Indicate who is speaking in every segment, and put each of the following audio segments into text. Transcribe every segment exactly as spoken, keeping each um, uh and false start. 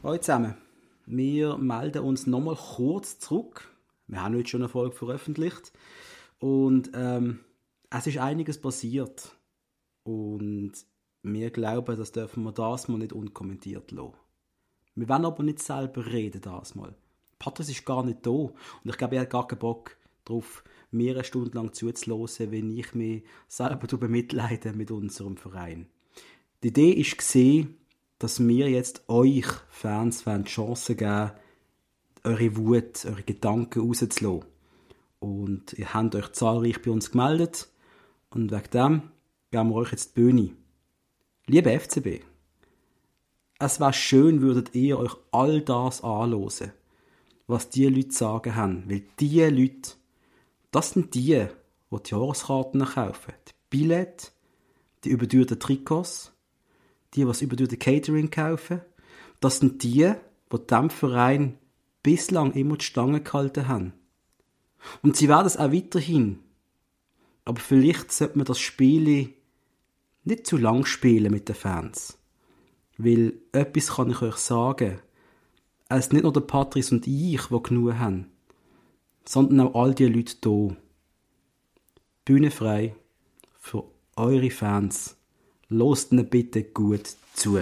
Speaker 1: Hallo zusammen. Wir melden uns nochmal kurz zurück. Wir haben heute schon eine Folge veröffentlicht. Und ähm, es ist einiges passiert. Und wir glauben, das dürfen wir das mal nicht unkommentiert lassen. Wir wollen aber nicht selber reden, das mal. Patrice ist gar nicht da. Und ich glaube, er hat gar keinen Bock darauf, mir eine Stunde lang zuzuhören, wenn ich mich selber bemitleide mit unserem Verein. Die Idee war, dass wir jetzt euch Fans die Chance geben, eure Wut, eure Gedanken rauszulassen. Und ihr habt euch zahlreich bei uns gemeldet. Und wegen dem geben wir euch jetzt die Bühne. Liebe F C B, es wäre schön, würdet ihr euch all das anhören, was die Leute sagen haben. Weil die Leute, das sind die, die die Jahreskarten kaufen. Die Billette, die überteuerten Trikots, die, die das überteuerte Catering kaufen. Das sind die, die diesem Verein bislang immer die Stange gehalten haben. Und sie werden es auch weiterhin. Aber vielleicht sollte man das Spiel nicht zu lang spielen mit den Fans. Weil etwas kann ich euch sagen. Es sind nicht nur der Patrice und ich, die genug haben, sondern auch all die Leute hier. Bühne frei für eure Fans. Lasst ihnen bitte gut zu.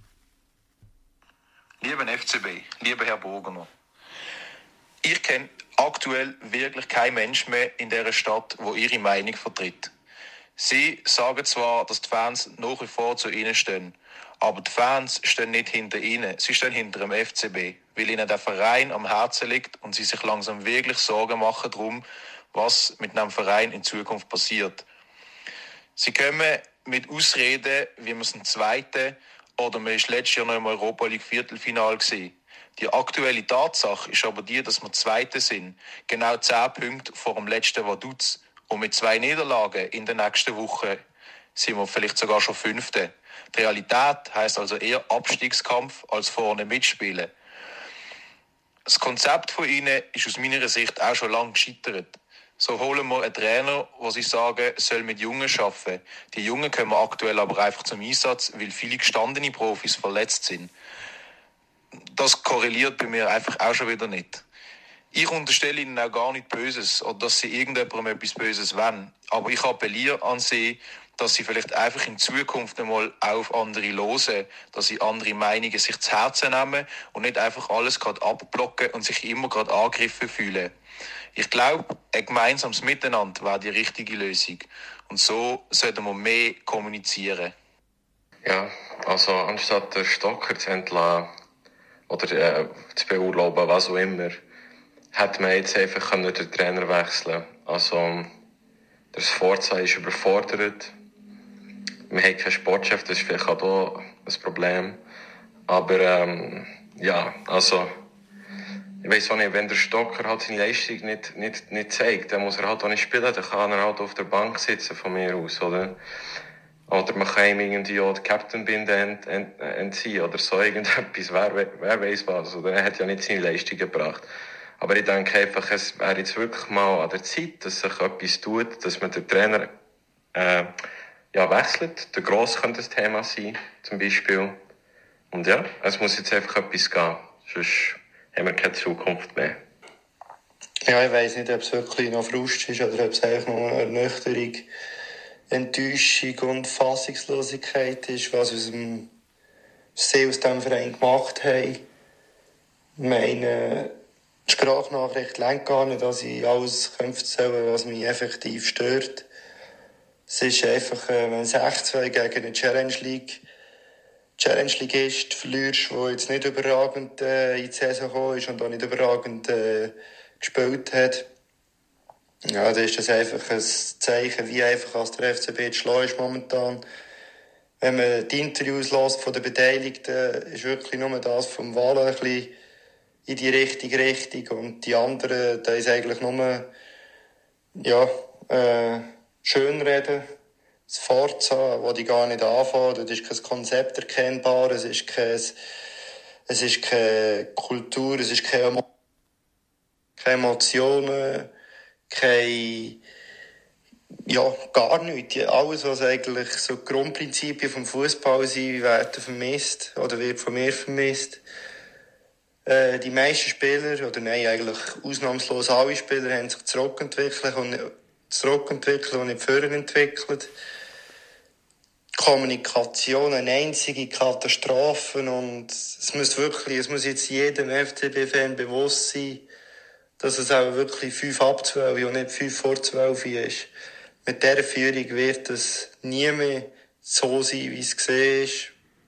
Speaker 2: Lieber F C B, lieber Herr Burgener, ich kenne aktuell wirklich keinen Menschen mehr in dieser Stadt, der ihre Meinung vertritt. Sie sagen zwar, dass die Fans nach wie vor zu ihnen stehen, aber die Fans stehen nicht hinter ihnen, sie stehen hinter dem F C B, weil ihnen der Verein am Herzen liegt und sie sich langsam wirklich Sorgen machen darum, was mit einem Verein in Zukunft passiert. Sie kommen mit Ausreden, wie man es im Zweiten oder man war letztes Jahr noch im Europa League Viertelfinale gewesen. Die aktuelle Tatsache ist aber die, dass wir Zweite sind, genau zehn Punkte vor dem letzten Vaduz. Und mit zwei Niederlagen in der nächsten Woche sind wir vielleicht sogar schon Fünfte. Die Realität heisst also eher Abstiegskampf als vorne mitspielen. Das Konzept von ihnen ist aus meiner Sicht auch schon lange gescheitert. So holen wir einen Trainer, der sie sagen, soll mit Jungen arbeiten. Die Jungen kommen aktuell aber einfach zum Einsatz, weil viele gestandene Profis verletzt sind. Das korreliert bei mir einfach auch schon wieder nicht. Ich unterstelle ihnen auch gar nichts Böses oder dass sie irgendjemandem etwas Böses wollen. Aber ich appelliere an sie, dass sie vielleicht einfach in Zukunft einmal auf andere hören, dass sie andere Meinungen sich zu Herzen nehmen und nicht einfach alles gerade abblocken und sich immer gerade angegriffen fühlen. Ich glaube, ein gemeinsames Miteinander wäre die richtige Lösung. Und so sollten wir mehr kommunizieren.
Speaker 3: Ja, also anstatt den Stocker zu entlassen oder äh, zu beurlauben, was auch immer, hätte man jetzt einfach können den Trainer wechseln. Also der Sforza ist überfordert. Wir haben keinen Sportchef, das ist vielleicht auch da ein Problem. Aber ähm, ja, also ich weiss auch nicht, wenn der Stocker halt seine Leistung nicht, nicht, nicht zeigt, dann muss er halt auch nicht spielen, dann kann er halt auf der Bank sitzen von mir aus, oder? Oder man kann ihm irgendwie auch die Captain-Binde ent, ent, entziehen oder so irgendetwas, wer, wer weiss was, oder? Er hat ja nicht seine Leistung gebracht. Aber ich denke einfach, es wäre jetzt wirklich mal an der Zeit, dass sich etwas tut, dass man den Trainer äh, ja, wechselt. Der Gross könnte das Thema sein, zum Beispiel. Und ja, es muss jetzt einfach etwas gehen, sonst haben wir keine Zukunft mehr.
Speaker 4: Ja, ich weiss nicht, ob es wirklich noch Frust ist oder ob es einfach nur eine Ernüchterung, Enttäuschung und Fassungslosigkeit ist, was wir sie aus diesem Verein gemacht haben. Ich meine, die Sprachnachricht lenkt gar nicht, dass ich alles erzählen, was mich effektiv stört. Es ist einfach, wenn sechs zwei gegen eine Challenge League Challenge Ligist verlierst, der jetzt nicht überragend äh, in die Saison gekommen ist und auch nicht überragend äh, gespielt hat. Ja, dann ist das einfach ein Zeichen, wie einfach als der F C B zu schlagen ist momentan. Wenn man die Interviews hört von den Beteiligten, ist wirklich nur das vom Wahlen ein bisschen in die richtige Richtung. Und die anderen, da ist eigentlich nur, ja, äh, schönreden. Das Forza, wo die gar nicht anfangen, das ist kein Konzept erkennbar, es ist kein, es ist keine Kultur, es ist keine, keine Emotionen, keine, ja, gar nichts. Alles, was eigentlich so die Grundprinzipien vom Fußball sind, werden vermisst oder wird von mir vermisst. Äh, die meisten Spieler, oder nein, eigentlich ausnahmslos alle Spieler, haben sich zurückentwickelt und, zurückentwickelt und nicht vorentwickelt. Kommunikation eine einzige Katastrophe und es muss wirklich, es muss jetzt jedem F C B-Fan bewusst sein, dass es auch wirklich fünf ab zwölf und nicht fünf vor zwölf ist. Mit dieser Führung wird es nie mehr so sein, wie es gesehen ist.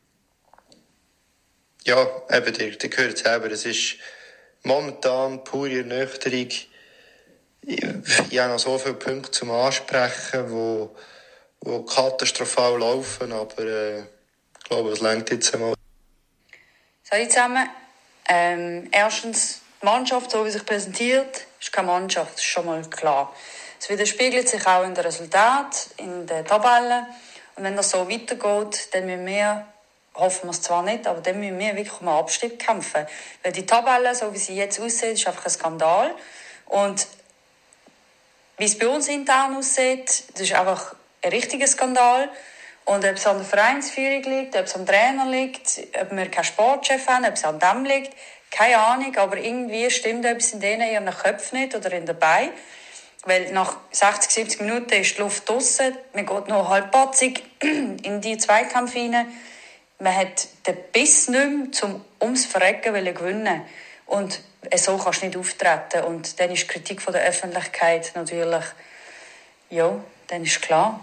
Speaker 4: Ja, eben, ihr, ihr hört es selber, es ist momentan pure Ernüchterung. Ich, ich habe noch so viele Punkte zum Ansprechen, wo die katastrophal laufen, aber äh, ich glaube, es reicht jetzt einmal.
Speaker 5: Hallo zusammen. Ähm, erstens, die Mannschaft, so wie sich präsentiert, ist keine Mannschaft, das ist schon mal klar. Es widerspiegelt sich auch in den Resultaten, in den Tabellen. Und wenn das so weitergeht, dann müssen wir, hoffen wir es zwar nicht, aber dann müssen wir wirklich um einen Abstieg kämpfen. Weil die Tabelle, so wie sie jetzt aussieht, ist einfach ein Skandal. Und wie es bei uns intern aussieht, das ist einfach ein richtiger Skandal. Und ob es an der Vereinsführung liegt, ob es am Trainer liegt, ob wir keinen Sportchef haben, ob es an dem liegt, keine Ahnung. Aber irgendwie stimmt etwas in denen ihren Köpfen nicht oder in der Beine. Weil nach sechzig, siebzig Minuten ist die Luft draussen. Man geht noch halbpatzig in die Zweikämpfe rein. Man hat den Biss nicht mehr, um ums Verrecken zu gewinnen. Und so kannst du nicht auftreten. Und dann ist die Kritik von der Öffentlichkeit natürlich, ja, dann ist klar.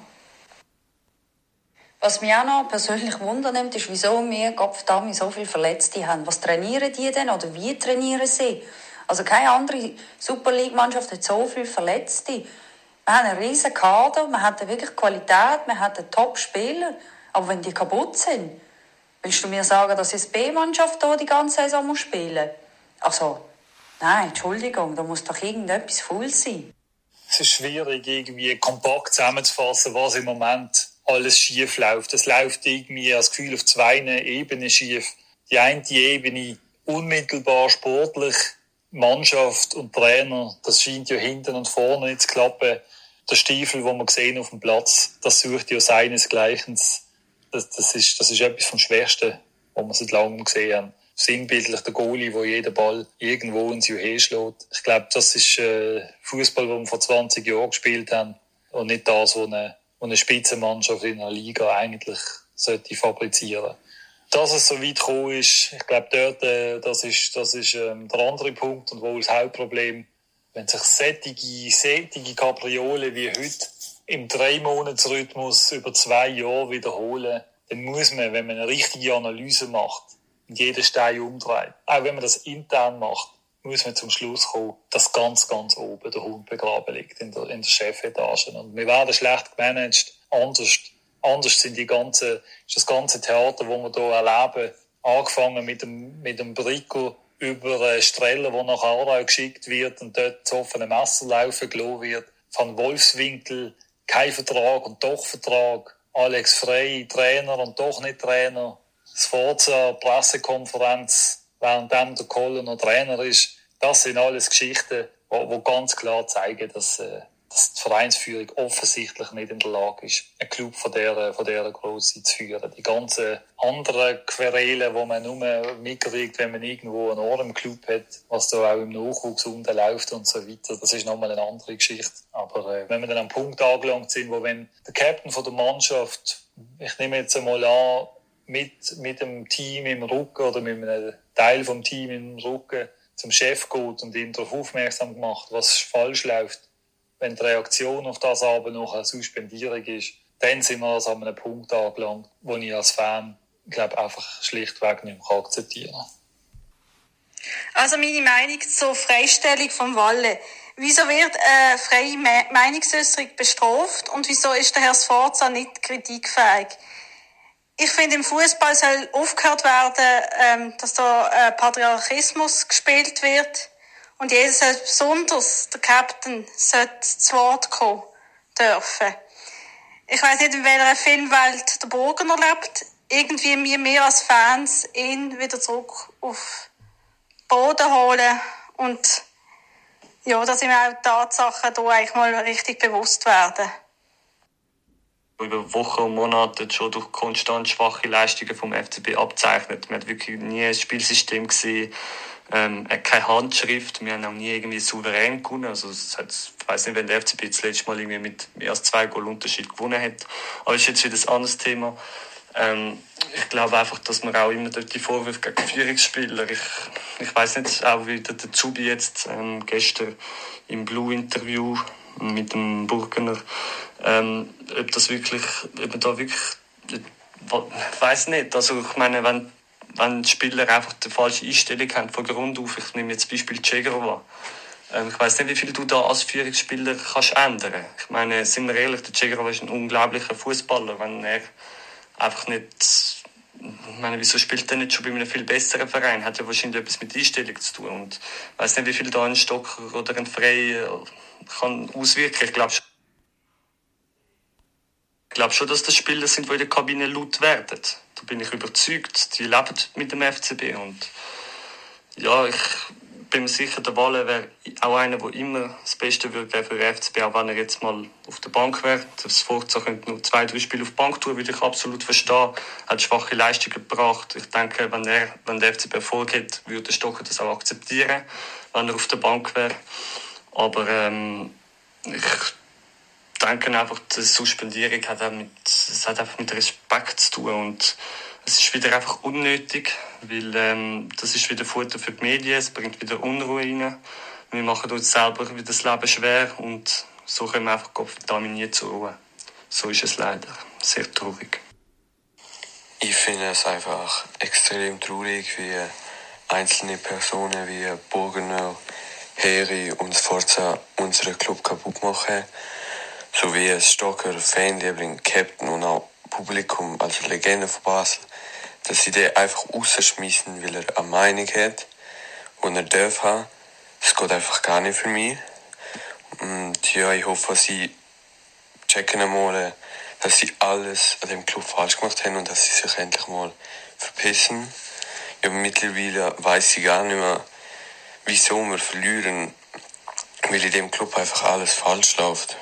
Speaker 5: Was mich auch noch persönlich wundernimmt, ist, wieso wir Gottverdammt so viele Verletzte haben. Was trainieren die denn oder wie trainieren sie? Also keine andere Super League-Mannschaft hat so viele Verletzte. Wir haben einen riesen Kader, wir haben wirklich Qualität, wir haben Top-Spieler. Aber wenn die kaputt sind, willst du mir sagen, dass jetzt die B-Mannschaft hier die ganze Saison spielen muss? Also, nein, Entschuldigung, da muss doch irgendetwas faul sein.
Speaker 6: Es ist schwierig, irgendwie kompakt zusammenzufassen, was im Moment alles schief läuft. Es läuft irgendwie das Gefühl auf zwei Ebenen schief. Die eine Ebene unmittelbar sportlich, Mannschaft und Trainer, das scheint ja hinten und vorne nicht zu klappen. Der Stiefel, den wir sehen auf dem Platz, das sucht ja seinesgleichen. Das, das, ist, das ist etwas vom Schwächsten, was wir seit langem gesehen haben. Sinnbildlich der Goalie, der jeden Ball irgendwo ins Juhe schlägt. Ich glaube, das ist äh, Fußball, den wir vor zwanzig Jahren gespielt haben und nicht das, was eine, was eine Spitzenmannschaft in einer Liga eigentlich sollte fabrizieren. Dass es so weit gekommen ist, ich glaube, dort, äh, das ist, das ist ähm, der andere Punkt und wohl das Hauptproblem. Wenn sich sättige, sättige Kapriolen wie heute im Drei-Monats-Rhythmus über zwei Jahre wiederholen, dann muss man, wenn man eine richtige Analyse macht, jeden Stein umdreht. Auch wenn man das intern macht, muss man zum Schluss kommen, dass ganz, ganz oben der Hund begraben liegt in der, in der Chefetage. Und wir werden schlecht gemanagt. Anders, anders sind die ganze, ist das ganze Theater, das wir hier erleben, angefangen mit dem, mit dem Brico über einen Streller, der nach Aarau geschickt wird und dort zu offenen Messer laufen gelassen wird. Von Wolfswinkel, kein Vertrag und doch Vertrag. Alex Frey, Trainer und doch nicht Trainer. Das Forza Pressekonferenz, währenddem der Kohler noch Trainer ist. Das sind alles Geschichten, die ganz klar zeigen, dass, äh, dass die Vereinsführung offensichtlich nicht in der Lage ist, einen Club von dieser, von dieser Grösse zu führen. Die ganzen anderen Querelen, die man nur mitkriegt, wenn man irgendwo einen Ohr im Club hat, was da auch im Nachwuchs unten läuft und so weiter, das ist nochmal eine andere Geschichte. Aber äh, wenn wir dann am Punkt angelangt sind, wo wenn der Captain von der Mannschaft, ich nehme jetzt einmal an, mit, mit dem Team im Rücken oder mit einem Teil vom Team im Rücken zum Chef geht und ihn darauf aufmerksam macht, was falsch läuft, wenn die Reaktion auf das aber noch eine Suspendierung ist, dann sind wir also an einem Punkt angelangt, wo ich als Fan, glaube einfach schlichtweg nicht mehr akzeptieren kann.
Speaker 7: Also meine Meinung zur Freistellung von Walle. Wieso wird eine freie Meinungsäußerung bestraft und wieso ist der Herr Sforza nicht kritikfähig? Ich finde, im Fußball soll aufgehört werden, ähm, dass da äh, Patriarchismus gespielt wird. Und jeder soll, besonders der Captain, sollte zu Wort kommen dürfen. Ich weiss nicht, in welcher Filmwelt der Burgener lebt. Irgendwie wir, wir als Fans ihn wieder zurück auf den Boden holen. Und ja, dass ihm auch die Tatsachen hier eigentlich mal richtig bewusst werden.
Speaker 8: Über Wochen und Monate schon durch konstant schwache Leistungen vom F C B abzeichnet. Man hat wirklich nie ein Spielsystem gesehen, Ähm, er hat keine Handschrift, wir haben auch nie irgendwie souverän gewonnen. Also, es hat, ich weiss nicht, wenn der F C B das letzte Mal irgendwie mit mehr als zwei Goal Unterschied gewonnen hat. Aber das ist jetzt wieder ein anderes Thema. Ähm, ich glaube einfach, dass man auch immer die Vorwürfe gegen Führungsspieler, ich, ich weiss nicht, auch wie der Zubi jetzt ähm, gestern im Blue-Interview mit dem Burgener, ähm, ob das wirklich, ob man da wirklich, ich weiss nicht, also ich meine, wenn wenn die Spieler einfach die falsche Einstellung haben von Grund auf. Ich nehme jetzt das Beispiel Cegrova. Ähm, ich weiss nicht, wie viel du da als Führungsspieler kannst ändern. Ich meine, sind wir ehrlich, der Cegrova ist ein unglaublicher Fußballer. Wenn er einfach nicht, ich meine, wieso spielt er nicht schon bei einem viel besseren Verein? Hat ja wahrscheinlich etwas mit Einstellung zu tun. Und ich weiss nicht, wie viel da ein Stocker oder ein Frey kann auswirken. Ich glaube Ich glaube schon, dass das Spieler sind, die in der Kabine laut werden. Da bin ich überzeugt. Die leben mit dem F C B. Und ja, ich bin mir sicher, der Walle wäre auch einer, der immer das Beste würde für den F C B, auch wenn er jetzt mal auf der Bank wäre. Das Forza könnte nur zwei, drei Spiele auf die Bank tun, würde ich absolut verstehen. Er hat schwache Leistungen gebracht. Ich denke, wenn, er, wenn der F C B Erfolg hat, würde Stocker das auch akzeptieren, wenn er auf der Bank wäre. Aber ähm, ich Ich denke einfach, die Suspendierung hat, auch mit, es hat einfach mit Respekt zu tun und es ist wieder einfach unnötig, weil ähm, das ist wieder Futter für die Medien, es bringt wieder Unruhe rein. Wir machen uns selber wieder das Leben schwer und so können wir einfach kontaminiert zur Ruhe. So ist es leider. Sehr traurig.
Speaker 9: Ich finde es einfach extrem traurig, wie einzelne Personen wie Burgener, Heri und Forza unseren Club kaputt machen. So wie ein Stocker, Fanliebling, Captain und auch Publikum, also Legende von Basel, dass sie den einfach rausschmeißen, weil er eine Meinung hat, die er darf haben. Das geht einfach gar nicht für mich. Und ja, ich hoffe, dass sie checken einmal, dass sie alles an dem Club falsch gemacht haben und dass sie sich endlich mal verpissen. Ja, mittlerweile weiss ich gar nicht mehr, wieso wir verlieren, weil in dem Club einfach alles falsch läuft.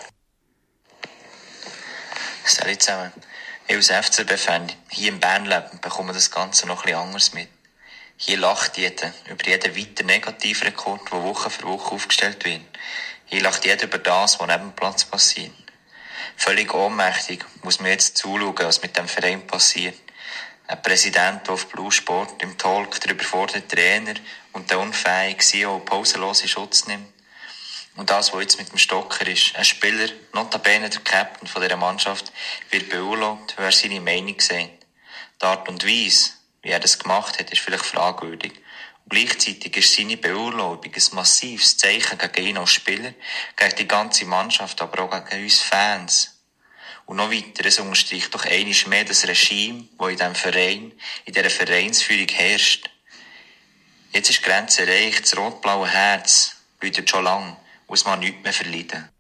Speaker 10: Salut zusammen. Ich als F C B-Fan hier in Bern leben, bekomme das Ganze noch etwas anders mit. Hier lacht jeder über jeden weiteren Negativrekord, der Woche für Woche aufgestellt wird. Hier lacht jeder über das, was neben dem Platz passiert. Völlig ohnmächtig muss man jetzt zuschauen, was mit dem Verein passiert. Ein Präsident, der auf Blue Sport im Talk der überforderte Trainer und der unfähige C E O pausenlos in Schutz nimmt. Und das, was jetzt mit dem Stocker ist, ein Spieler, notabene der Captain von dieser Mannschaft, wird beurlaubt, weil er seine Meinung sagt. Die Art und Weise, wie er das gemacht hat, ist vielleicht fragwürdig. Und gleichzeitig ist seine Beurlaubung ein massives Zeichen gegen ihn als Spieler, gegen die ganze Mannschaft, aber auch gegen uns Fans. Und noch weiter, es unterstreicht doch einmal mehr das Regime, das in diesem Verein, in dieser Vereinsführung herrscht. Jetzt ist die Grenze erreicht, das rot-blaue Herz blutet schon lang. Muss man nichts mehr verleiden.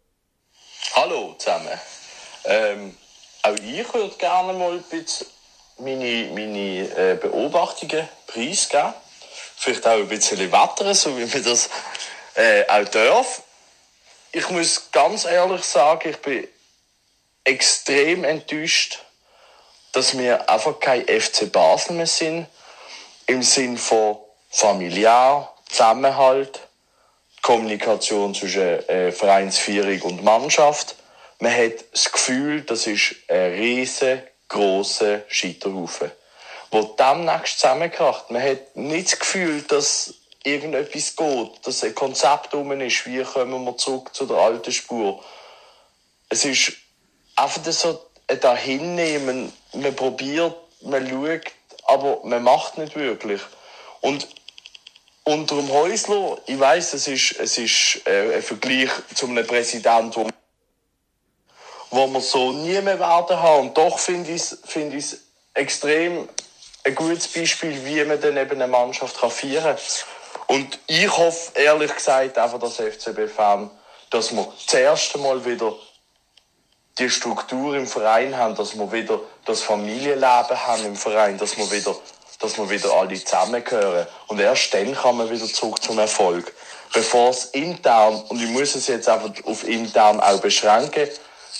Speaker 11: Hallo zusammen. Ähm, auch ich würde gerne mal ein bisschen meine, meine äh, Beobachtungen preisgeben. Vielleicht auch ein bisschen wettern, so wie man das äh, auch darf. Ich muss ganz ehrlich sagen, ich bin extrem enttäuscht, dass wir einfach kein F C Basel mehr sind. Im Sinn von familiär, Zusammenhalt, Kommunikation zwischen äh, Vereinsführung und Mannschaft. Man hat das Gefühl, das ist ein riesengroßer Scheiterhaufen, der demnächst zusammenkracht. Man hat nicht das Gefühl, dass irgendetwas geht, dass ein Konzept rum ist, wie kommen wir zurück zu der alten Spur. Es ist einfach so ein Dahinnehmen. Man probiert, man schaut, aber man macht nicht wirklich. Und unter dem Häusler, ich weiss, es ist, es ist äh, ein Vergleich zu einem Präsidenten, wo, wo wir so nie mehr werden haben. Und doch finde ich es find ich's extrem ein gutes Beispiel, wie man dann eben eine Mannschaft kann feiern kann. Und ich hoffe, ehrlich gesagt, einfach als F C B-Fan, dass wir das erste Mal wieder die Struktur im Verein haben, dass wir wieder das Familienleben haben im Verein, dass wir wieder dass wir wieder alle zusammengehören. Und erst dann kann man wieder zurück zum Erfolg. Bevor es intern, und ich muss es jetzt einfach auf intern auch beschränken,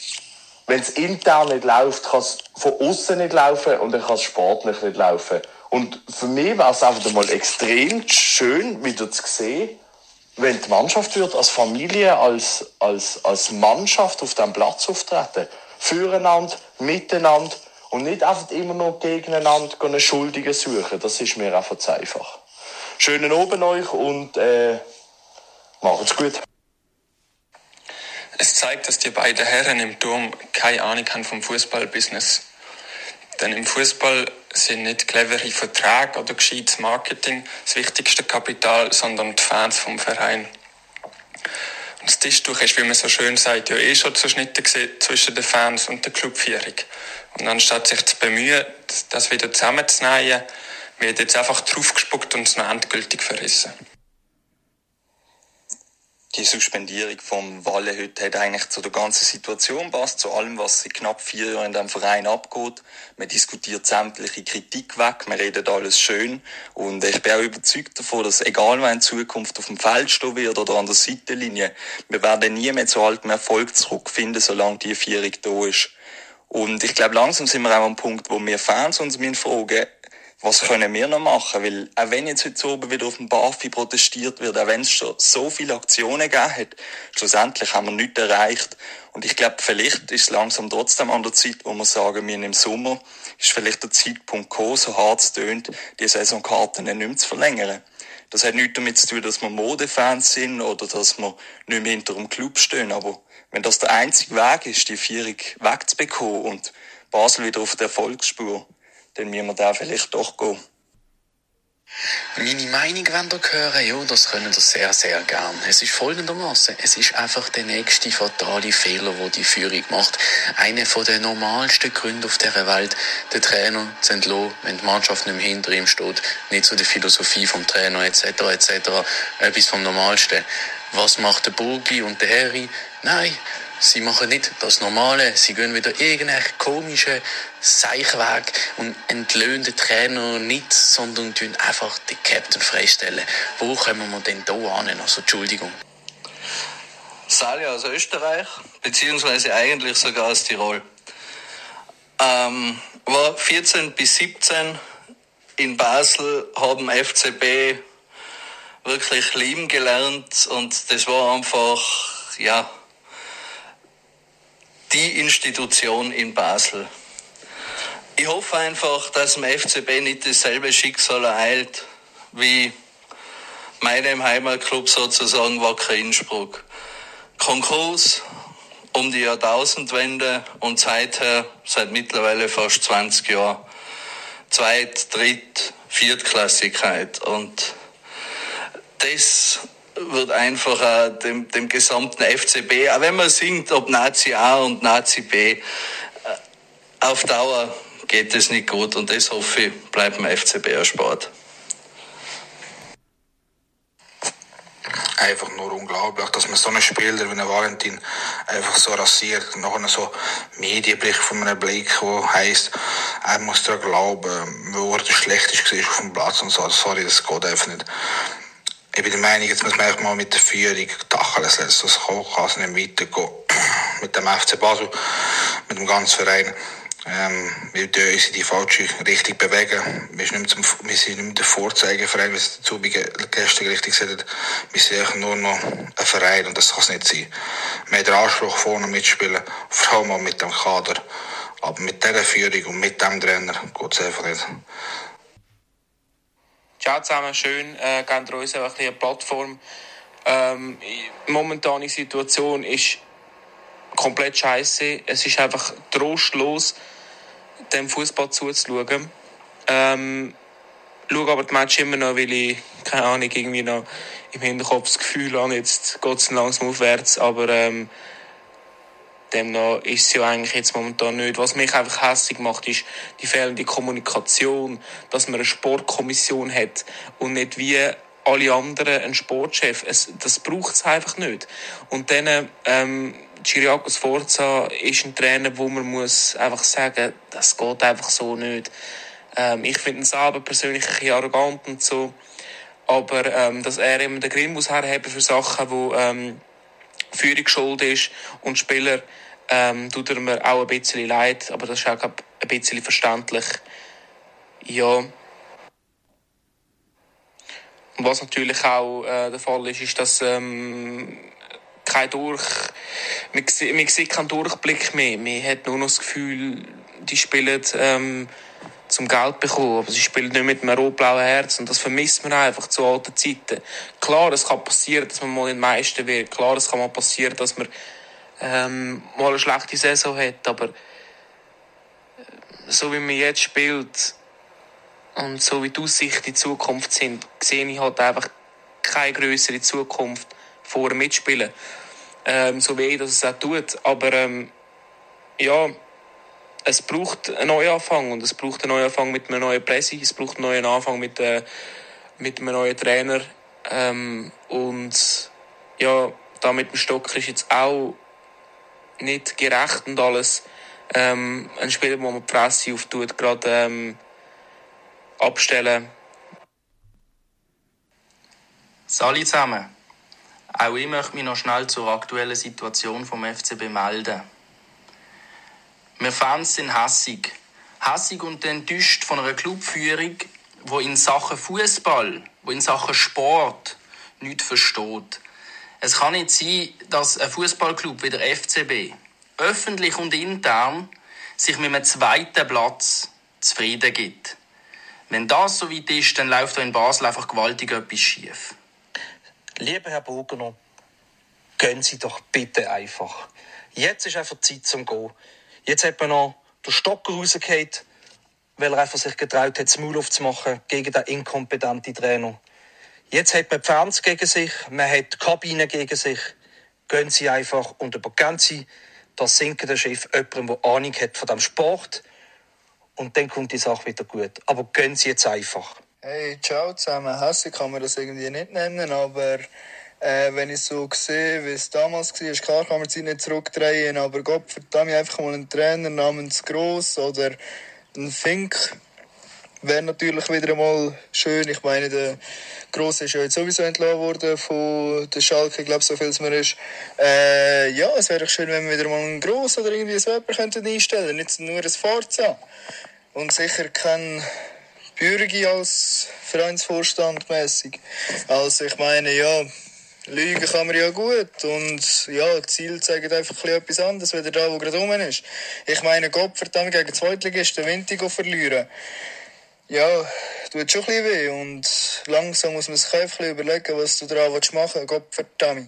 Speaker 11: wenn es intern nicht läuft, kann es von außen nicht laufen und dann kann es sportlich nicht laufen. Und für mich wäre es einfach mal extrem schön, wieder zu sehen, wenn die Mannschaft wird, als Familie, als, als, als Mannschaft auf diesem Platz auftreten. Füreinander, miteinander und nicht einfach immer nur gegeneinander einen Schuldigen suchen. Das ist mir einfach zu einfach. Schönen Abend euch und äh, macht's gut.
Speaker 9: Es zeigt, dass die beiden Herren im Turm keine Ahnung haben vom Fußballbusiness. Denn im Fußball sind nicht clevere Verträge oder gescheites Marketing das wichtigste Kapital, sondern die Fans vom Verein. Und das Tischtuch ist, wie man so schön sagt, ja eh schon zerschnitten zwischen den Fans und der Clubführung. Und anstatt sich zu bemühen, das wieder zusammenzunähen, wird jetzt einfach draufgespuckt und es noch endgültig verrissen.
Speaker 12: Die Suspendierung vom Walle heute hat eigentlich zu der ganzen Situation passt, zu allem, was seit knapp vier Jahren in diesem Verein abgeht. Man diskutiert sämtliche Kritik weg, man redet alles schön. Und ich bin auch überzeugt davon, dass egal wer in Zukunft auf dem Feld stehen wird oder an der Seitenlinie, wir werden nie mehr zu altem Erfolg zurückfinden, solange die Vierung da ist. Und ich glaube, langsam sind wir auch am Punkt, wo wir Fans uns fragen, was können wir noch machen? Weil auch wenn jetzt heute oben wieder auf dem BAFI protestiert wird, auch wenn es schon so viele Aktionen gegeben hat, schlussendlich haben wir nichts erreicht. Und ich glaube, vielleicht ist es langsam trotzdem an der Zeit, wo wir sagen, wir im Sommer ist vielleicht der Zeitpunkt gekommen, so hart es tönt, die Saisonkarten nicht mehr zu verlängern. Das hat nichts damit zu tun, dass wir Modefans sind oder dass wir nicht mehr hinter dem Club stehen. Aber wenn das der einzige Weg ist, die Vierung wegzubekommen und Basel wieder auf der Erfolgsspur, dann müssen wir da vielleicht doch gehen.
Speaker 13: Meine Meinung wollt ihr hören? Ja, das können wir sehr, sehr gern. Es ist folgendermaßen: Es ist einfach der nächste fatale Fehler, den die Führung macht. Einer der normalsten Gründe auf dieser Welt, den Trainer zu entlassen, wenn die Mannschaft nicht mehr hinter ihm steht, nicht zu der Philosophie vom Trainer et cetera et cetera. Etwas vom Normalsten. Was macht der Burgi und der Harry? Nein, sie machen nicht das Normale. Sie gehen wieder irgendeinen komischen Seichweg und entlöhnen den Trainer nicht, sondern tun einfach den Captain freistellen. Wo kommen wir denn da an? Also, Entschuldigung.
Speaker 14: Salja aus Österreich, beziehungsweise eigentlich sogar aus Tirol. Ähm, war vierzehn bis siebzehn in Basel, haben F C B wirklich lieben gelernt und das war einfach, ja, die Institution in Basel. Ich hoffe einfach, dass dem F C B nicht dasselbe Schicksal ereilt wie meinem Heimatclub sozusagen Wacker Innsbruck. Konkurs um die Jahrtausendwende und seither, seit mittlerweile fast zwanzig Jahren, Zweit-, Dritt-, Viertklassigkeit. Und das wird einfach auch dem, dem gesamten F C B, auch wenn man singt, ob Nazi A und Nazi B, auf Dauer geht es nicht gut und das hoffe ich, bleibt dem F C B erspart.
Speaker 15: Einfach nur unglaublich, dass man so einen Spieler wie einen Valentin einfach so rasiert. Und nachher so Medienbericht von einem Blick, wo heisst, er muss daran glauben, wo er schlecht ist auf dem Platz und so. Sorry, das geht einfach nicht. Ich bin der Meinung, jetzt muss man einfach mal mit der Führung Tacheles lassen, so kann es nicht weitergehen. Mit dem F C Basel, mit dem ganzen Verein. Ähm, wir tun uns in die falsche Richtung bewegen. Wir sind nicht mehr, zum, wir sind nicht mehr der Vorzeigeverein, wie es dazu gestern richtig gesagt hat. Wir sind eigentlich nur noch ein Verein und das kann es nicht sein. Wir haben den Anspruch, vorne mitspielen, vor allem auch mit dem Kader. Aber mit dieser Führung und mit dem Trainer geht es einfach nicht.
Speaker 16: Ciao zusammen, schön, äh, gebt ihr uns einfach eine Plattform. Ähm, die momentane Situation ist komplett scheiße. Es ist einfach trostlos, dem Fußball zuzuschauen. Ähm, schaue aber die Match immer noch, weil ich, keine Ahnung, irgendwie noch im Hinterkopf das Gefühl habe, jetzt geht es langsam aufwärts, aber ähm, demnach ist es ja eigentlich jetzt momentan nicht. Was mich einfach hässlich macht, ist die fehlende Kommunikation, dass man eine Sportkommission hat und nicht wie alle anderen einen Sportchef. Es, das braucht es einfach nicht. Und dann, ähm, Cyriakos Forza ist ein Trainer, wo man muss einfach sagen, das geht einfach so nicht. Ähm, ich finde ihn selber persönlich ein bisschen arrogant und so, aber ähm, dass er eben den Grill muss herhaben für Sachen, wo ähm, Führung schuld ist und Spieler, ähm, tut er mir auch ein bisschen leid, aber das ist auch glaub, ein bisschen verständlich. Ja, Was natürlich auch äh, der Fall ist, ist, dass ähm, kein Durch, man, man sieht keinen Durchblick mehr. Man hat nur noch das Gefühl, die spielen ähm, zum Geld bekommen, aber sie spielen nicht mit einem rot-blauen Herz und das vermisst man einfach zu alten Zeiten. Klar, es kann passieren, dass man mal den Meister wird. Klar, es kann mal passieren, dass man ähm, mal eine schlechte Saison hat, aber so wie man jetzt spielt und so wie die Aussichten in die Zukunft sind, sehe ich halt einfach keine grössere Zukunft vor dem Mitspielen. Ähm, so wie ich das auch tut. Aber ähm, ja, es braucht einen Neuanfang und es braucht einen Neuanfang mit einem neuen Presse, es braucht einen neuen Anfang mit, äh, mit einem neuen Trainer. Ähm, und ja, da mit dem Stocker ist jetzt auch nicht gerecht und alles. Ähm, ein Spieler, wo man die Presse auftut, gerade ähm, abstellen.
Speaker 17: Salut zusammen. Auch ich möchte mich noch schnell zur aktuellen Situation vom F C B melden. Wir Fans sind hässig. Hässig und enttäuscht von einer Clubführung, die in Sachen Fußball, die in Sachen Sport nichts versteht. Es kann nicht sein, dass ein Fußballclub wie der F C B öffentlich und intern sich mit einem zweiten Platz zufrieden gibt. Wenn das so weit ist, dann läuft da in Basel einfach gewaltig etwas schief.
Speaker 18: Lieber Herr Burgener, gehen Sie doch bitte einfach. Jetzt ist einfach Zeit zum Gehen. Jetzt hat man noch den Stocker rausgehauen, weil er einfach sich getraut hat, das Maul aufzumachen gegen den inkompetenten Trainer. Jetzt hat man die Fans gegen sich, man hat die Kabine gegen sich. Gehen Sie einfach und übergeben Sie das sinkende Schiff jemandem, der Ahnung hat von diesem Sport. Und dann kommt die Sache wieder gut. Aber gehen Sie jetzt einfach.
Speaker 4: Hey, ciao zusammen. Hässlich kann man das irgendwie nicht nennen, aber äh, wenn ich so sehe, wie es damals war, ist klar, kann man sie nicht zurückdrehen, aber Gott verdammt, einfach mal einen Trainer namens Gross oder ein Fink wäre natürlich wieder mal schön. Ich meine, der Gross ist ja jetzt sowieso entlassen worden von der Schalke, ich glaube, so viel es mir ist. Äh, ja, es wäre schön, wenn wir wieder mal einen Gross oder irgendwie so jemanden könnten einstellen, nicht nur ein Forza. Und sicher kein Bürgi als Vereinsvorstand mäßig. Also ich meine, ja, lügen kann man ja gut und ja, die Ziele zeigen einfach etwas anderes, als da, wo gerade rum ist. Ich meine, Gott verdammt gegen Zweitligisten Windigo verlieren. Ja, tut schon ein bisschen weh und langsam muss man sich einfach überlegen, was du daran machen willst. Gott verdammt.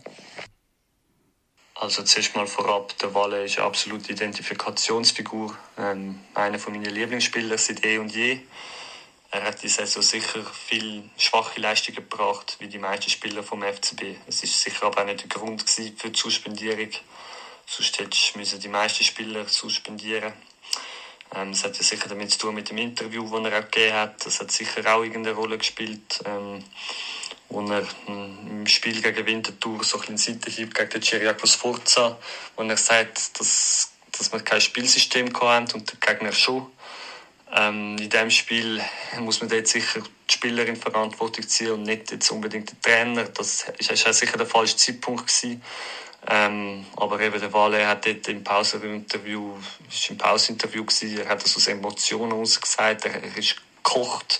Speaker 8: Also zuerst mal vorab, der Walle ist eine absolute Identifikationsfigur. Ähm, einer von meinen Lieblingsspieler seit eh und je. Er hat die Saison sicher viel schwache Leistungen gebracht, wie die meisten Spieler vom F C B. Es war sicher aber auch nicht der Grund für die Suspendierung. Sonst müssen die meisten Spieler suspendieren. Ähm, das hat ja sicher damit zu tun mit dem Interview, das er auch gegeben hat. Das hat sicher auch irgendeine Rolle gespielt, ähm, wo er im Spiel gegen Winterthur so ein bisschen Seitenhieb gegen den Chiriakos Forza, wo er sagt, dass, dass wir kein Spielsystem hatten und der Gegner schon. Ähm, in diesem Spiel muss man dort sicher die Spieler in Verantwortung ziehen und nicht jetzt unbedingt den Trainer. Das war sicher der falsche Zeitpunkt gewesen. Ähm, aber eben der Walle hat dort im Pauseninterview, ist im Pauseninterview gewesen, er hat das aus Emotionen heraus gesagt, er ist gekocht.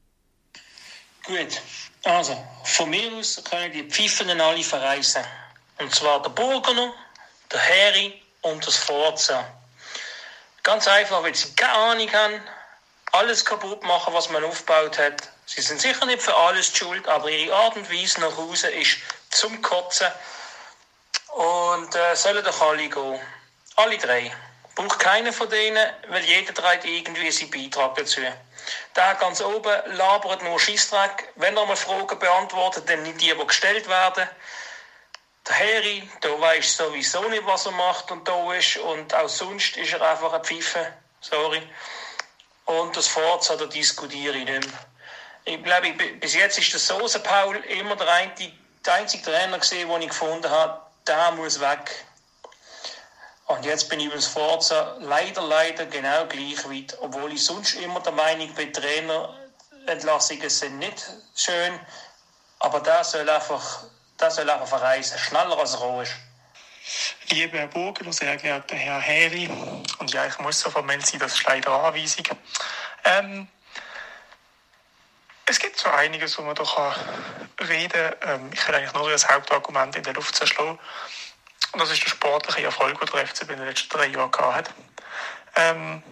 Speaker 19: Gut, also von mir aus können die Pfiffen alle verreisen. Und zwar der Burgener, der Heri und das Forza. Ganz einfach, weil sie keine Ahnung haben, alles kaputt machen, was man aufgebaut hat. Sie sind sicher nicht für alles die schuld, aber ihre Art und Weise nach Hause ist zum Kotzen. Und äh, sollen doch alle gehen. Alle drei. Braucht keiner von denen, weil jeder trägt irgendwie seinen Beitrag dazu. Der ganz oben labert nur Scheissdreck. Wenn er mal Fragen beantwortet, dann nicht die, die gestellt werden. Der Heri, der weiss sowieso nicht, was er macht und da ist. Und auch sonst ist er einfach ein Pfeife. Sorry. Und das Forza, da diskutiere ich nicht mehr. Ich glaube, bis jetzt ist der Soße Paul immer der einzige, der einzige Trainer gewesen, den ich gefunden habe, der muss weg. Und jetzt bin ich über das Forza leider, leider genau gleich weit. Obwohl ich sonst immer der Meinung bin, Trainerentlassungen sind nicht schön. Aber der soll einfach, der soll einfach verreisen, schneller als er roh ist.
Speaker 20: Lieber Herr Burgener, sehr geehrter Herr Heri, und ja, ich muss so formell sein, das ist leider eine Anweisung. Ähm, Es gibt so einiges, wo man da kann reden kann. Ähm, ich kann eigentlich nur das Hauptargument in der Luft zerschlagen. Und das ist der sportliche Erfolg, den der F C B in den letzten drei Jahren gehabt hat. Ähm,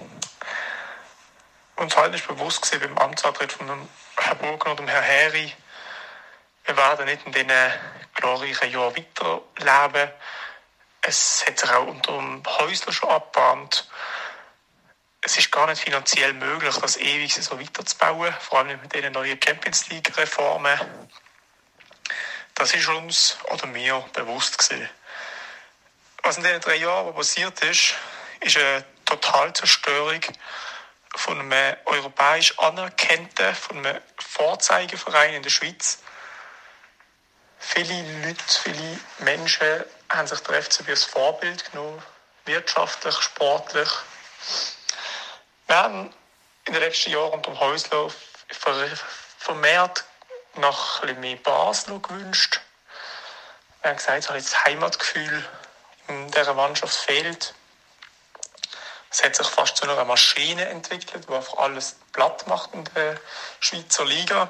Speaker 20: uns allen ist bewusst gewesen, beim Amtsantritt von dem Herrn Burgner und dem Herrn Heri, wir werden nicht in diesen glorreichen Jahren weiterleben. Es hat sich auch unter dem Häusler schon abgebahnt. Es ist gar nicht finanziell möglich, das ewig so weiterzubauen, vor allem mit diesen neuen Champions League-Reformen. Das ist uns oder mir bewusst gewesen. Was in diesen drei Jahren passiert ist, ist eine Totalzerstörung von einem europäisch anerkannten, von einem Vorzeigeverein in der Schweiz. Viele Leute, viele Menschen haben sich der F C B als Vorbild genommen, wirtschaftlich, sportlich. Wir haben in den letzten Jahren unter dem Häusler vermehrt nach ein bisschen mehr Basel gewünscht. Wir haben gesagt, das Heimatgefühl in dieser Mannschaft fehlt. Es hat sich fast zu einer Maschine entwickelt, die einfach alles platt macht in der Schweizer Liga.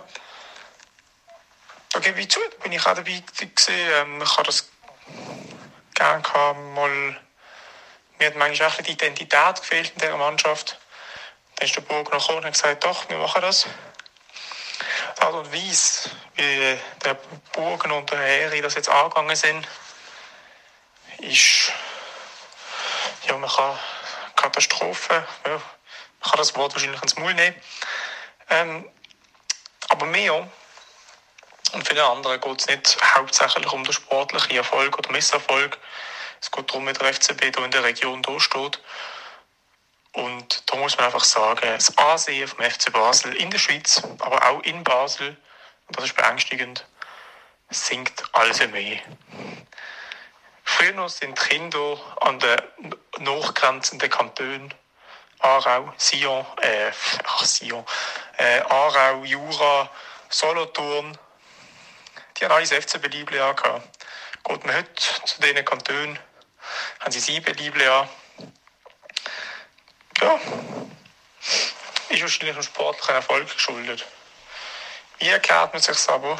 Speaker 20: Da gebe ich zu, da bin ich auch dabei gewesen. Ich habe das gerne gehabt, mal, mir hat manchmal auch die Identität gefehlt in dieser Mannschaft. Dann ist der Burgner gekommen und hat gesagt, doch, wir machen das. Die Art und Weise, wie der Burgner und der Heri das jetzt angegangen sind, ist, ja, man kann Katastrophe, ja, man kann das Wort wahrscheinlich ins Maul nehmen. Ähm, aber mir und vielen anderen geht es nicht hauptsächlich um den sportlichen Erfolg oder Misserfolg. Es geht darum, wie der F C B hier in der Region dasteht. Und da muss man einfach sagen, das Ansehen vom F C Basel in der Schweiz, aber auch in Basel, und das ist beängstigend, sinkt alles mehr. Früher noch sind die Kinder an den nachgrenzenden Kantonen, Aarau, Sion, äh, ach Sion, äh, Aarau, Jura, Solothurn, die haben alle das F C B-Liebling gehabt. Geht man heute zu diesen Kantonen, haben sie sieben Liebling an. Ja, ist wahrscheinlich einem sportlichen Erfolg geschuldet. Wie erklärt man sich aber,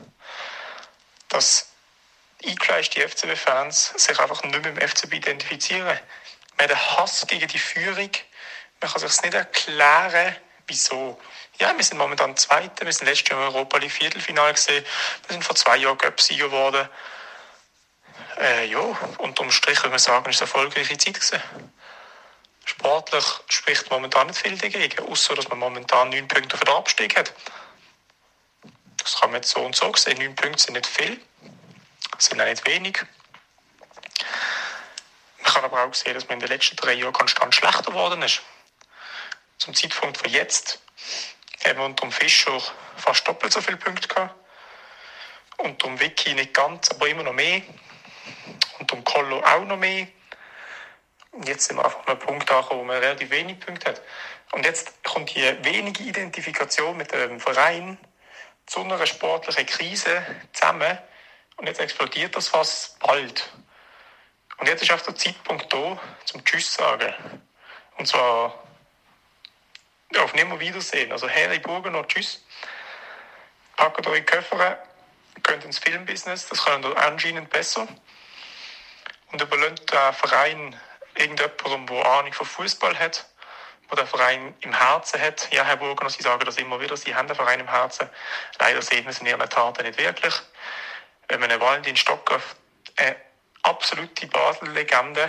Speaker 20: dass eingefleischte F C B-Fans sich einfach nicht mit dem F C B identifizieren? Man hat einen Hass gegen die Führung. Man kann sich nicht erklären, wieso. Ja, wir sind momentan Zweite, wir sind letztes Jahr im Europa League Viertelfinale gesehen, wir sind vor zwei Jahren Cup-Sieger geworden. Äh, ja, unterm Strich würde man sagen, es war eine erfolgreiche Zeit gewesen. Sportlich spricht momentan nicht viel dagegen, außer dass man momentan neun Punkte für den Abstieg hat. Das kann man jetzt so und so sehen. Neun Punkte sind nicht viel, sind auch nicht wenig. Man kann aber auch sehen, dass man in den letzten drei Jahren konstant schlechter geworden ist. Zum Zeitpunkt von jetzt haben wir unter dem Fischer fast doppelt so viele Punkte gehabt. Unter dem Vicky nicht ganz, aber immer noch mehr. Unter dem Kollo auch noch mehr. Und jetzt sind wir einfach an einem Punkt angekommen, wo man relativ wenig Punkte hat. Und jetzt kommt die wenige Identifikation mit dem Verein zu einer sportlichen Krise zusammen. Und jetzt explodiert das fast bald. Und jetzt ist auch der Zeitpunkt da, zum Tschüss sagen. Und zwar ja, auf Nimmerwiedersehen. Also Heri Burgner, tschüss. Packt eure Koffer, könnt ins Filmbusiness, das könnt ihr anscheinend besser. Und überlasst den Verein irgendjemandem, der Ahnung von Fußball hat, der den Verein im Herzen hat. Ja, Herr Burgner, Sie sagen das immer wieder, Sie haben den Verein im Herzen. Leider sehen wir es in Ihren Taten nicht wirklich. Wenn man einen Valentin Stocker, eine absolute Basel-Legende,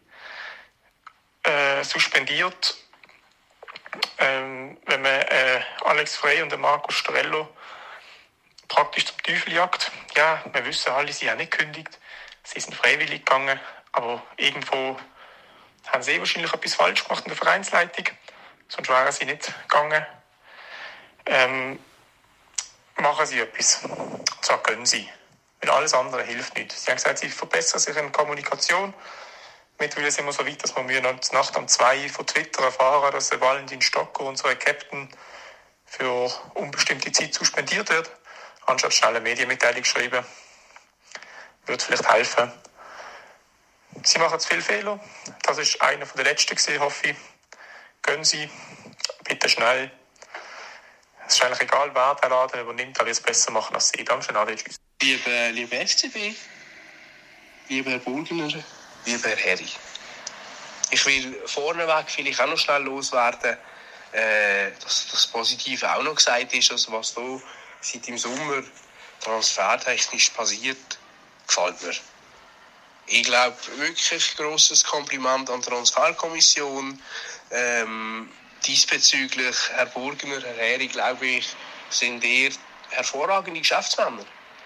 Speaker 20: äh, suspendiert, ähm, wenn man äh, Alex Frey und den Marco Strello praktisch zum Teufel jagt. Ja, wir wissen alle, sie haben nicht gekündigt, sie sind freiwillig gegangen, aber irgendwo haben sie wahrscheinlich etwas falsch gemacht in der Vereinsleitung, sonst wären sie nicht gegangen. Ähm, machen sie etwas. Und zwar können sie. Weil alles andere hilft nicht. Sie haben gesagt, sie verbessern sich in Kommunikation. Mittlerweile sind wir so weit, dass wir nachts um zwei von Twitter erfahren, dass der Valentin Stocker, unser Captain, für unbestimmte Zeit suspendiert wird. Anstatt schnell eine Medienmitteilung schreiben. Würde vielleicht helfen. Sie machen zu viele Fehler. Das ist einer der letzten gewesen, hoffe ich. Gehen Sie. Bitte schnell. Es ist eigentlich egal, wer den Laden übernimmt, alles besser machen als sie. Dankeschön, Adi, tschüss.
Speaker 21: Liebe, liebe F C B, lieber Herr Burgener, lieber Herr Herri. Ich will vorneweg vielleicht auch noch schnell loswerden, äh, dass das Positive auch noch gesagt ist, also was da seit im Sommer transfertechnisch passiert, gefällt mir. Ich glaube, wirklich grosses Kompliment an die Transferkommission. Ähm, diesbezüglich, Herr Burgener, Herr Herri, glaube ich, sind eher hervorragende Geschäftsmänner.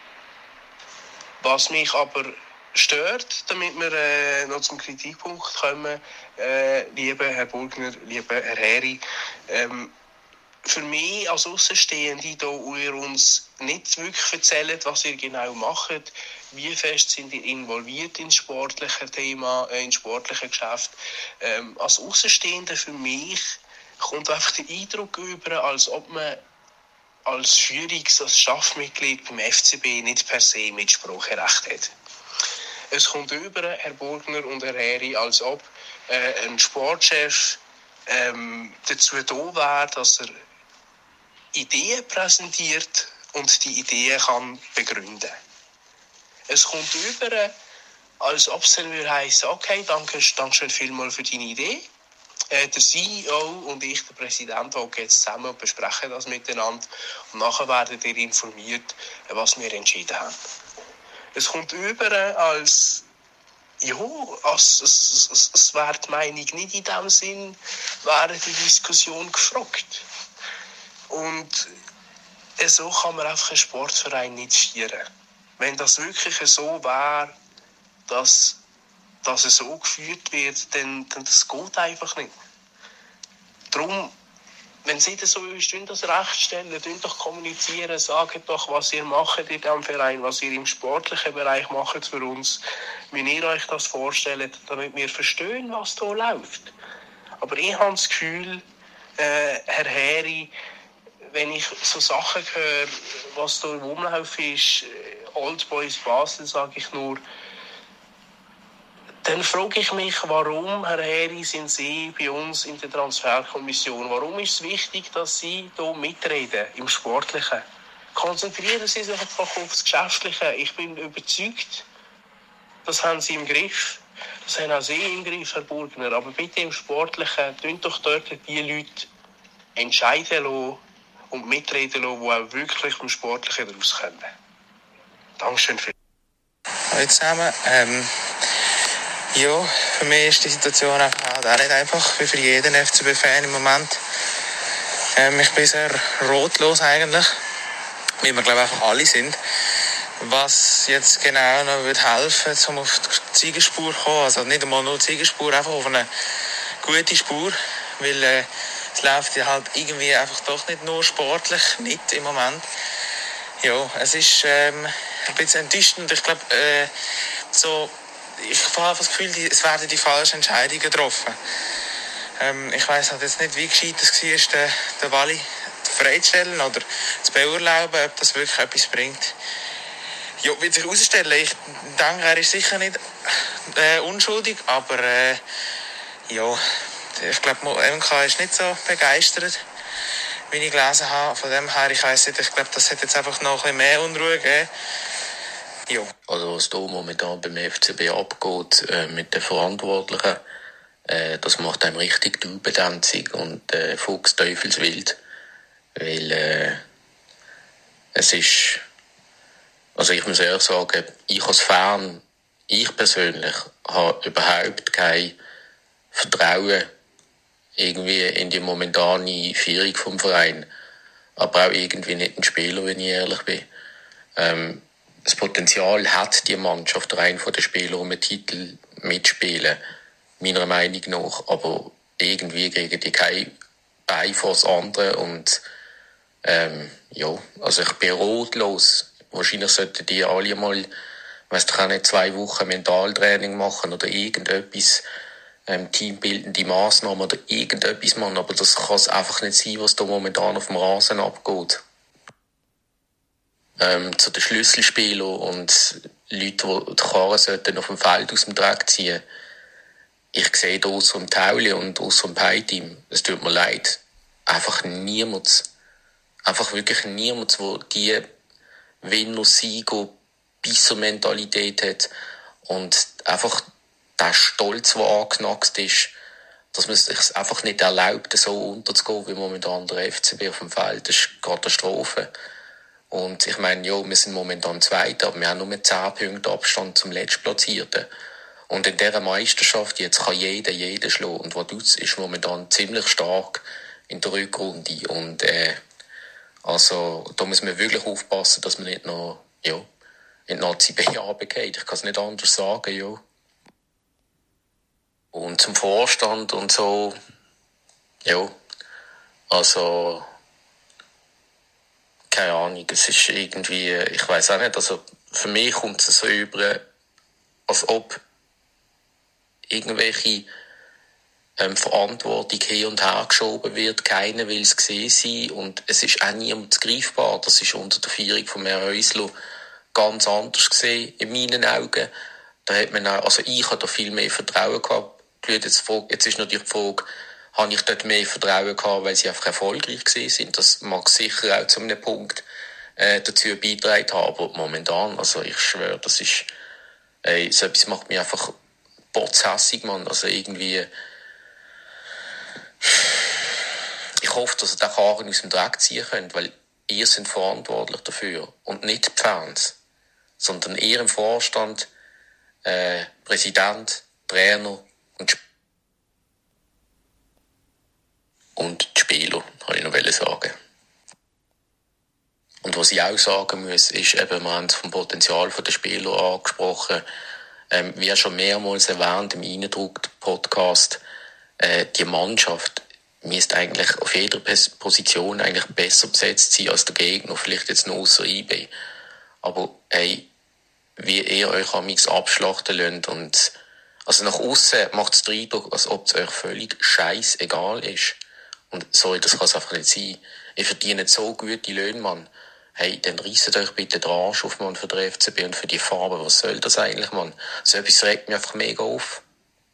Speaker 21: Was mich aber stört, damit wir äh, noch zum Kritikpunkt kommen, äh, lieber Herr Burgener, lieber Herr Herri, ähm, für mich als Aussenstehende, da ihr uns nicht wirklich erzählt, was ihr genau macht, wie fest sind ihr involviert ins sportliche Thema, äh, ins sportliche Geschäft. Ähm, als Aussenstehende für mich kommt einfach der Eindruck über, als ob man als Führungs-, als Schaffmitglied beim F C B nicht per se Mitspracherecht hat. Es kommt über, Herr Burgener und Herr Herri, als ob äh, ein Sportchef ähm, dazu da wäre, dass er Ideen präsentiert und die Ideen kann begründen. Es kommt über, als ob es dann heissen, okay, danke, danke schön vielmals für deine Idee. Äh, der C E O und ich, der Präsident, hocken jetzt zusammen und besprechen das miteinander. Und nachher werdet ihr informiert, was wir entschieden haben. Es kommt über, als ja, als, als, als, als wäre die Meinung nicht in dem Sinn, wäre die Diskussion gefragt. Und so kann man einfach einen Sportverein nicht führen. Wenn das wirklich so wäre, dass, dass es so geführt wird, dann, dann das geht einfach nicht. Darum, wenn Sie das so ist, tun das rechtstellen, tun doch kommunizieren, sagen doch, was ihr macht in diesem Verein, was ihr im sportlichen Bereich macht für uns, wie ihr euch das vorstellt, damit wir verstehen, was da läuft. Aber ich habe das Gefühl, äh, Herr Herri, wenn ich so Sachen höre, was da im Umlauf ist, Old Boys Basel, sage ich nur, dann frage ich mich, warum, Herr Herri, sind Sie bei uns in der Transferkommission? Warum ist es wichtig, dass Sie hier mitreden im Sportlichen? Konzentrieren Sie sich einfach auf das Geschäftliche. Ich bin überzeugt, das haben Sie im Griff. Das haben auch Sie im Griff, Herr Burgener. Aber bitte im Sportlichen, tun doch dort die Leute entscheiden lassen und mitreden lassen, die auch wirklich vom Sportlichen daraus kommen. Dankeschön für
Speaker 22: Hallo zusammen. Ähm, ja, für mich ist die Situation einfach auch nicht einfach, wie für jeden F C B-Fan im Moment. Ähm, ich bin sehr rotlos eigentlich, wie wir glaube ich einfach alle sind. Was jetzt genau noch wird helfen, um auf die Siegerspur zu kommen, also nicht einmal nur die Siegerspur, einfach auf eine gute Spur, weil äh, es läuft ja halt irgendwie einfach doch nicht nur sportlich, nicht im Moment. Ja, es ist ähm, ein bisschen enttäuschend. Ich glaube, äh, so, ich habe das Gefühl, die, es werden die falschen Entscheidungen getroffen. Ähm, ich weiss halt jetzt nicht, wie gescheit es war, den, den Walli freizustellen oder zu beurlauben, ob das wirklich etwas bringt. Ja, wird sich herausstellen. Ich denke, er ist sicher nicht äh, unschuldig, aber äh, ja, ich glaube, M K ist nicht so begeistert, wie ich gelesen habe. Von dem her, ich weiss nicht, ich glaube, das hat jetzt einfach noch ein bisschen mehr Unruhe gegeben. Ja.
Speaker 13: Also was da momentan beim F C B abgeht, äh, mit den Verantwortlichen, äh, das macht einem richtig unbedämpfig und äh, fuchsteufelswild. Weil äh, es ist, also ich muss ehrlich sagen, ich als Fan, ich persönlich, habe überhaupt kein Vertrauen irgendwie in die momentane Führung vom Verein, aber auch irgendwie nicht ein Spieler, wenn ich ehrlich bin. Ähm, das Potenzial hat die Mannschaft rein von den Spielern, um einen Titel mitspielen, meiner Meinung nach, aber irgendwie kriegen die kein Bein vor das andere und ähm, ja, also ich bin rotlos. Wahrscheinlich sollten die alle mal, weiss doch auch nicht, zwei Wochen Mentaltraining machen oder irgendetwas, ähm, teambildende Massnahmen oder irgendetwas machen, aber das kann es einfach nicht sein, was da momentan auf dem Rasen abgeht. Ähm, zu den Schlüsselspielern und Leuten, die die Karren sollten auf dem Feld aus dem Dreck ziehen. Ich sehe da aus dem Tauli und aus dem Pei-Team, es tut mir leid, einfach niemand, einfach wirklich niemand, der die Winner-Sieger-Bisser-Mentalität hat und einfach der Stolz, der angeknackst ist, dass man es sich einfach nicht erlaubt, so unterzugehen, wie momentan der F C B auf dem Feld. Das ist eine Katastrophe. Und ich meine, ja, wir sind momentan Zweiter, aber wir haben nur zehn Punkte Abstand zum Letztplatzierten. Und in dieser Meisterschaft jetzt kann jeder jeden schlagen. Und Vaduz ist momentan ziemlich stark in der Rückrunde. Und äh, also da muss man wirklich aufpassen, dass man nicht noch ja, in die Nazi B runtergeht. Ich kann es nicht anders sagen, ja. Und zum Vorstand und so, ja, also keine Ahnung, es ist irgendwie, ich weiß auch nicht, also für mich kommt es so über, als ob irgendwelche ähm, Verantwortung hin und her geschoben wird, keiner will es gesehen sein und es ist auch niemand greifbar. Das ist unter der Führung von Herrn Häusler ganz anders gesehen, in meinen Augen. Da hat man auch, also ich habe da viel mehr Vertrauen gehabt. Jetzt, jetzt ist natürlich die Frage, habe ich dort mehr Vertrauen gehabt, weil sie einfach erfolgreich gewesen sind. Das mag sicher auch zu einem Punkt äh, dazu beitragen haben, aber momentan, also ich schwöre, das ist, ey, so etwas macht mich einfach botzhässig, Mann. Also irgendwie, ich hoffe, dass ihr den Karren aus dem Dreck ziehen könnt, weil ihr seid verantwortlich dafür und nicht die Fans, sondern ihr im Vorstand, äh, Präsident, Trainer und und die Spieler, habe ich noch sagen. Und was ich auch sagen muss, ist eben, wir haben vom Potenzial der Spieler angesprochen, ähm, wie schon mehrmals erwähnt im Eindruck-Podcast, äh, die Mannschaft müsste eigentlich auf jeder Position eigentlich besser besetzt sein als der Gegner, vielleicht jetzt nur außer I B. Aber hey, wie ihr euch amigs abschlachten lasst und also nach aussen macht es den Eindruck, als ob es euch völlig scheißegal ist. Und sorry, das kann es einfach nicht sein. Ihr verdient so gute Löhne, Mann. Hey, dann reisset euch bitte den Arsch auf, Mann, für den F C B und für die Farbe. Was soll das eigentlich, Mann? So etwas regt mich einfach mega auf.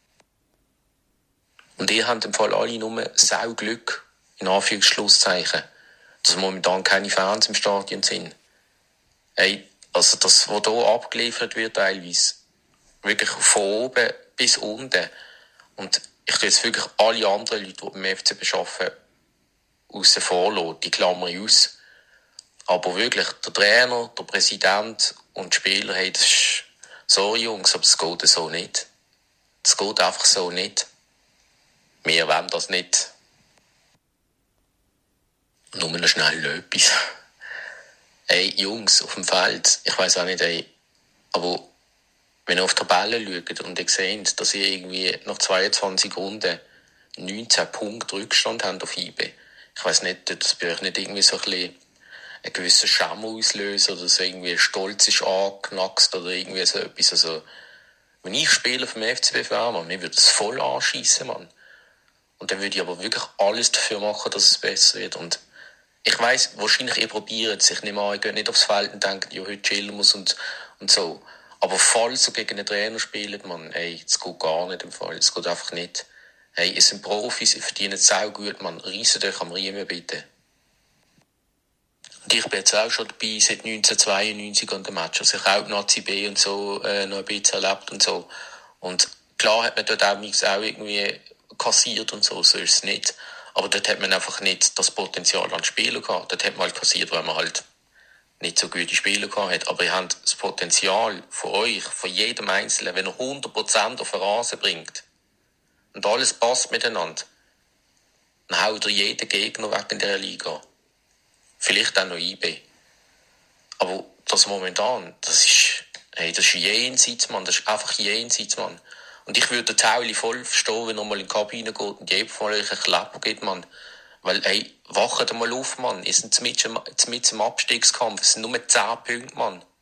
Speaker 13: Und ihr habt im Fall alle nur sau Glück, in Anführungsschlusszeichen, dass momentan keine Fans im Stadion sind. Hey, also das, was hier abgeliefert wird teilweise, wirklich von oben bis unten. Und ich tue jetzt wirklich alle anderen Leute, die beim F C B arbeiten, aussen vor lassen, die Klammer aus. Aber wirklich, der Trainer, der Präsident und die Spieler, hey, das ist, sorry Jungs, aber es geht so nicht. Es geht einfach so nicht. Wir wollen das nicht. Nur noch schnell etwas. Hey, Jungs, auf dem Feld, ich weiss auch nicht, ey, aber wenn ihr auf die Tabelle schaut und ihr seht, dass ihr irgendwie nach zweiundzwanzig Runden neunzehn Punkte Rückstand habt auf I B. Ich weiss nicht, dass bei euch nicht irgendwie so ein bisschen einen gewissen Scham auslösen oder so irgendwie Stolz ist angeknackst oder irgendwie so etwas. Also, wenn ich Spieler vom F C B wäre, Mann, mir würde es voll anschiessen, Mann. Und dann würde ich aber wirklich alles dafür machen, dass es besser wird. Und ich weiss, wahrscheinlich ihr probiert es. Ich nehme an, ihr geht nicht aufs Feld und denkt, ja, heute chillen muss und, und so. Aber falls ihr gegen einen Trainer spielt, man, ey, das geht gar nicht im Fall. Das geht einfach nicht. Hey, ihr seid Profis, ihr verdient es sau gut, man. Reisset euch am Riemen, bitte. Und ich bin jetzt auch schon dabei seit neunzehnhundertzweiundneunzig an dem Match. Also ich habe auch die Nazi B und so äh, noch ein bisschen erlebt und so. Und klar hat man dort auch nichts auch irgendwie kassiert und so, so ist es nicht. Aber dort hat man einfach nicht das Potenzial an Spielern gehabt. Dort hat man halt kassiert, weil man halt nicht so gute Spieler gehabt hat. Aber ihr habt das Potenzial von euch, von jedem Einzelnen, wenn ihr hundert Prozent auf den Rasen bringt und alles passt miteinander, dann haut ihr jeden Gegner weg in dieser Liga. Vielleicht auch noch I B. Aber das momentan, das ist, hey, das ist jenseits, Mann. Das ist einfach jenseits, Mann. Und ich würde den Tauli voll verstehen, wenn er mal in die Kabine geht und jedem von euch einen Kleber gibt, Mann. Weil, hey, wacht mal auf, Mann. Ihr seid mit im Abstiegskampf. Es sind nur zehn Punkte, Mann.